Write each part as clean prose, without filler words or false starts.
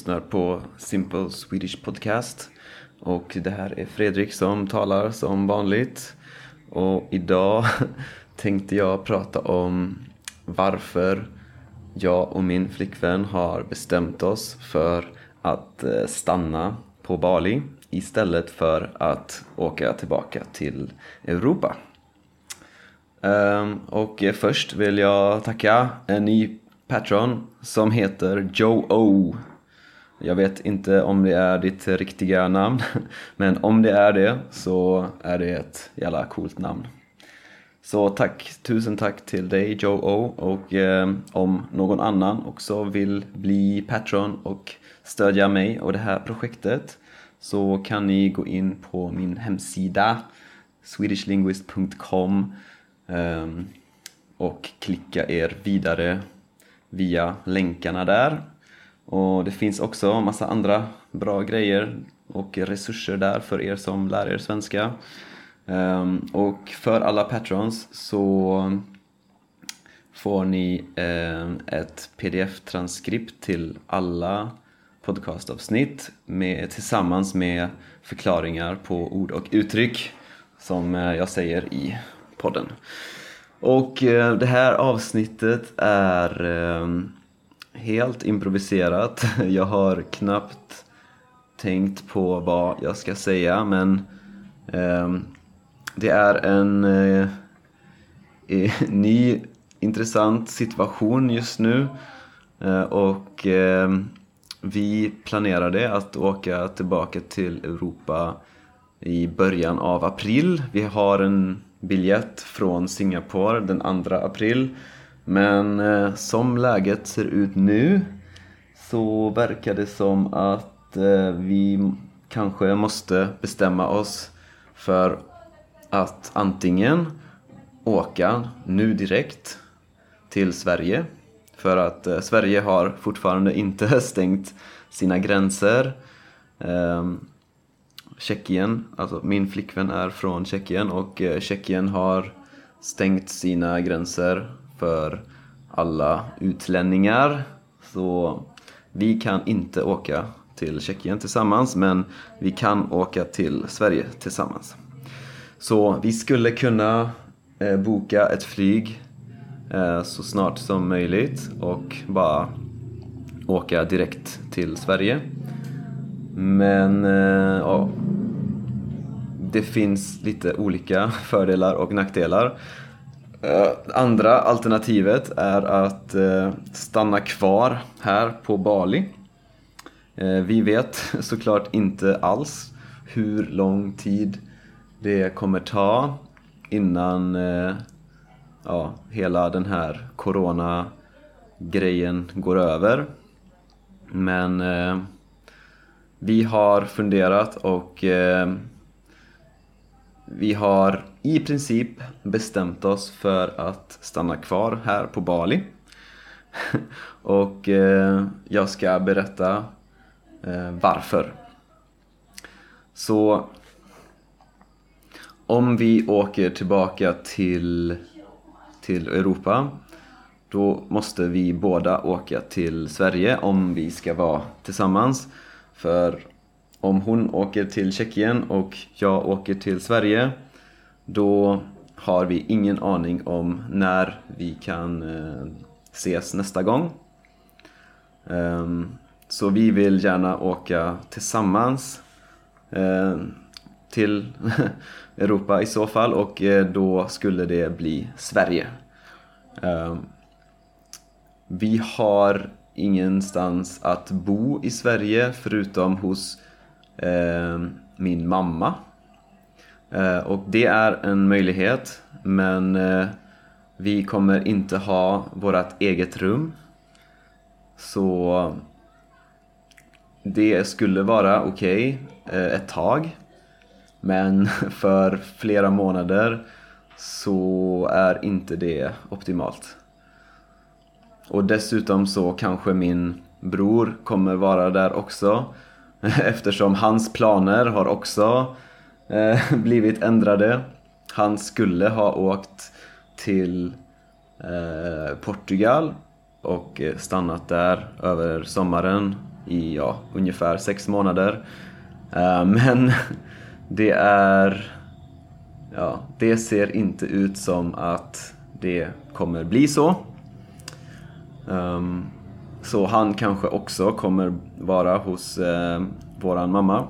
lyssnar på Simple Swedish Podcast. Och det här är Fredrik som talar som vanligt. Och idag tänkte jag prata om varför jag och min flickvän har bestämt oss för att stanna på Bali istället för att åka tillbaka till Europa. Och först vill jag tacka en ny patron som heter Joe O. Jag vet inte om det är ditt riktiga namn, men om det är det så är det ett jävla coolt namn. Så tusen tack till dig Joe O. Och om någon annan också vill bli patron och stödja mig och det här projektet, så kan ni gå in på min hemsida swedishlinguist.com och klicka er vidare via länkarna där. Och det finns också en massa andra bra grejer och resurser där för er som lär er svenska. Och för alla patrons så får ni ett pdf-transkript till alla podcastavsnitt tillsammans med förklaringar på ord och uttryck som jag säger i podden. Och det här avsnittet är helt improviserat. Jag har knappt tänkt på vad jag ska säga, men det är en ny intressant situation just nu. Och vi planerade att åka tillbaka till Europa i början av april. Vi har en biljett från Singapore den 2 april. Men som läget ser ut nu så verkar det som att vi kanske måste bestämma oss för att antingen åka nu direkt till Sverige. För att Sverige har fortfarande inte stängt sina gränser. Tjeckien, alltså min flickvän är från Tjeckien, och Tjeckien har stängt sina gränser för alla utlänningar. Så vi kan inte åka till Tjeckien tillsammans, men vi kan åka till Sverige tillsammans. Så vi skulle kunna boka ett flyg så snart som möjligt och bara åka direkt till Sverige. Men ja, det finns lite olika fördelar och nackdelar. Andra alternativet är att stanna kvar här på Bali. Vi vet såklart inte alls hur lång tid det kommer ta innan hela den här corona-grejen går över. Men vi har funderat och vi har i princip bestämt oss för att stanna kvar här på Bali. Och jag ska berätta varför. Så om vi åker tillbaka till Europa, då måste vi båda åka till Sverige om vi ska vara tillsammans. För om hon åker till Tjeckien och jag åker till Sverige, då har vi ingen aning om när vi kan ses nästa gång. Så vi vill gärna åka tillsammans till Europa i så fall, och då skulle det bli Sverige. Vi har ingenstans att bo i Sverige förutom hos min mamma. Och det är en möjlighet, men vi kommer inte ha vårt eget rum. Så det skulle vara okej ett tag, men för flera månader så är inte det optimalt. Och dessutom så kanske min bror kommer vara där också, eftersom hans planer har också blivit ändrade. Han skulle ha åkt till Portugal och stannat där över sommaren i ungefär 6 månader. Men det ser inte ut som att det kommer bli så. Så han kanske också kommer vara hos våran mamma.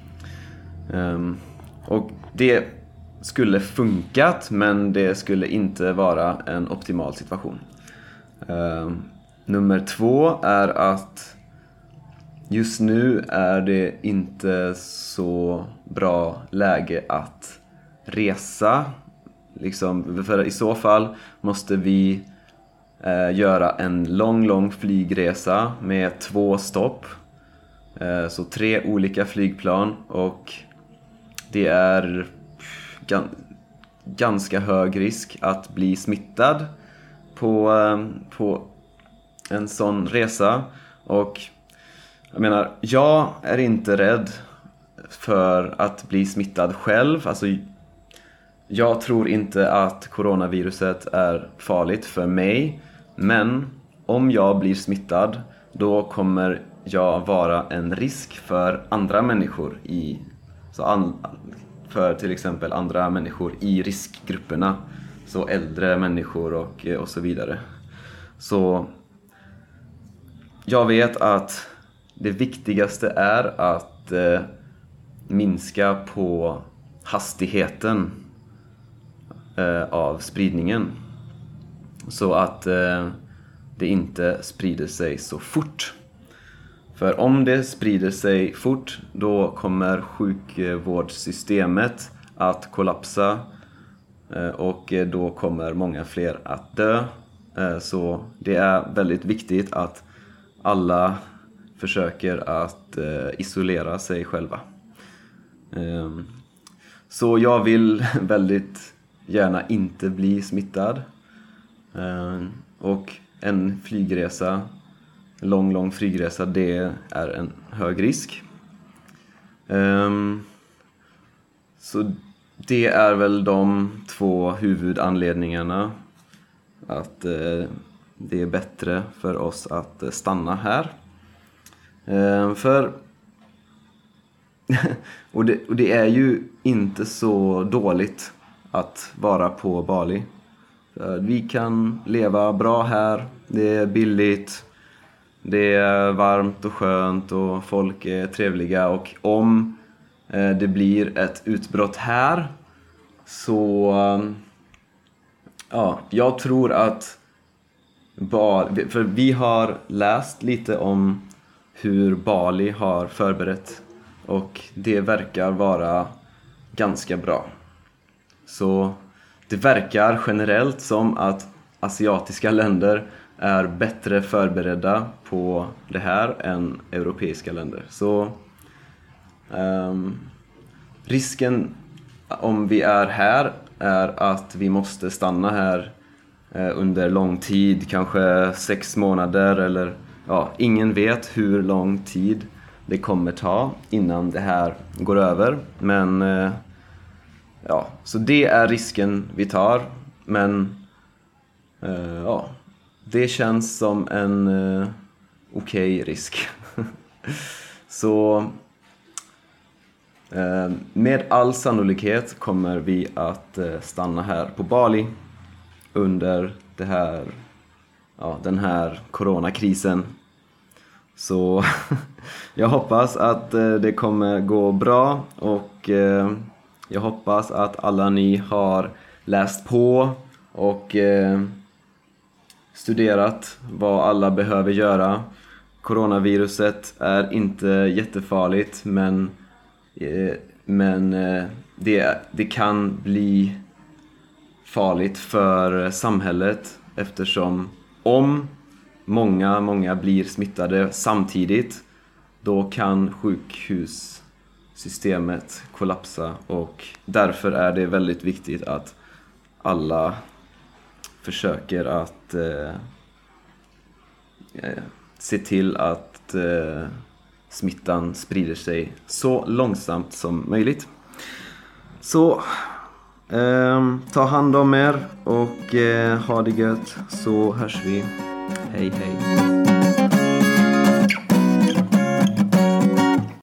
Och det skulle funkat, men det skulle inte vara en optimal situation. Nummer 2 är att just nu är det inte så bra läge att resa. För i så fall måste vi göra en lång flygresa med 2 stopp. Så 3 olika flygplan, och det är ganska hög risk att bli smittad på en sån resa. Och jag menar, jag är inte rädd för att bli smittad själv. Alltså, jag tror inte att coronaviruset är farligt för mig. Men om jag blir smittad, då kommer jag vara en risk för andra människor för till exempel andra människor i riskgrupperna. Så äldre människor och så vidare. Så jag vet att det viktigaste är att minska på hastigheten av spridningen. Så att det inte sprider sig så fort. För om det sprider sig fort, då kommer sjukvårdssystemet att kollapsa. Och då kommer många fler att dö. Så det är väldigt viktigt att alla försöker att isolera sig själva. Så jag vill väldigt gärna inte bli smittad. Och en flygresa, lång flygresa, det är en hög risk. Så det är väl de 2 huvudanledningarna att det är bättre för oss att stanna här. Och det är ju inte så dåligt att vara på Bali. Vi kan leva bra här, det är billigt, det är varmt och skönt och folk är trevliga. Och om det blir ett utbrott här, så jag tror att för vi har läst lite om hur Bali har förberett, och det verkar vara ganska bra. Så det verkar generellt som att asiatiska länder är bättre förberedda på det här än europeiska länder. Så risken om vi är här är att vi måste stanna här under lång tid, kanske 6 månader eller ingen vet hur lång tid det kommer ta innan det här går över. Men så det är risken vi tar. Men det känns som en okej risk. Så med all sannolikhet kommer vi att stanna här på Bali under den här coronakrisen. Så jag hoppas att det kommer gå bra, och jag hoppas att alla ni har läst på och studerat vad alla behöver göra. Coronaviruset är inte jättefarligt, men det kan bli farligt för samhället, eftersom om många blir smittade samtidigt, då kan sjukhussystemet kollapsa, och därför är det väldigt viktigt att alla försöker att se till att smittan sprider sig så långsamt som möjligt. Så ta hand om er och ha det gött, så hörs vi. Hej hej.